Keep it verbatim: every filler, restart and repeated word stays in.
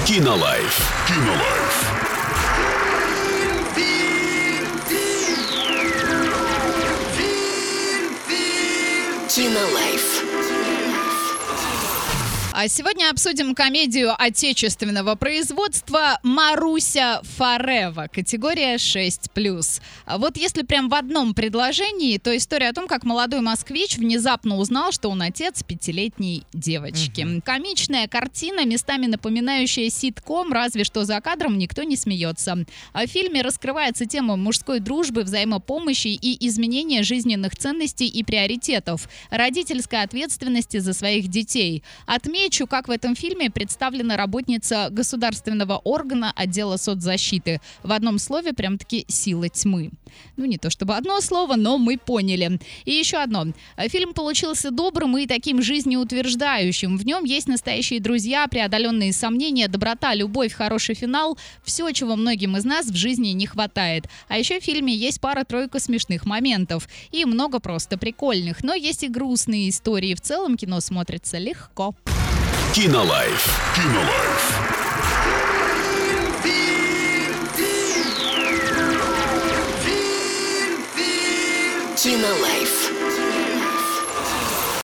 Кинолайф. Кинолайф. Кинолайф. А сегодня обсудим комедию отечественного производства «Маруся Форева», категория шесть плюс. А вот если прям в одном предложении, то история о том, как молодой москвич внезапно узнал, что он отец пятилетней девочки. Mm-hmm. Комичная картина, местами напоминающая ситком, разве что за кадром никто не смеется. В фильме раскрывается тема мужской дружбы, взаимопомощи и изменения жизненных ценностей и приоритетов, родительской ответственности за своих детей. Отмечу, как в этом фильме представлена работница государственного органа отдела соцзащиты. В одном слове прям-таки сила тьмы. Ну, не то чтобы одно слово, но мы поняли. И еще одно. Фильм получился добрым и таким жизнеутверждающим. В нем есть настоящие друзья, преодоленные сомнения, доброта, любовь, хороший финал. Все, чего многим из нас в жизни не хватает. А еще в фильме есть пара-тройка смешных моментов. И много просто прикольных. Но есть и грустные истории. В целом кино смотрится легко. Кинолайф. Кинолайф. Кинолайф.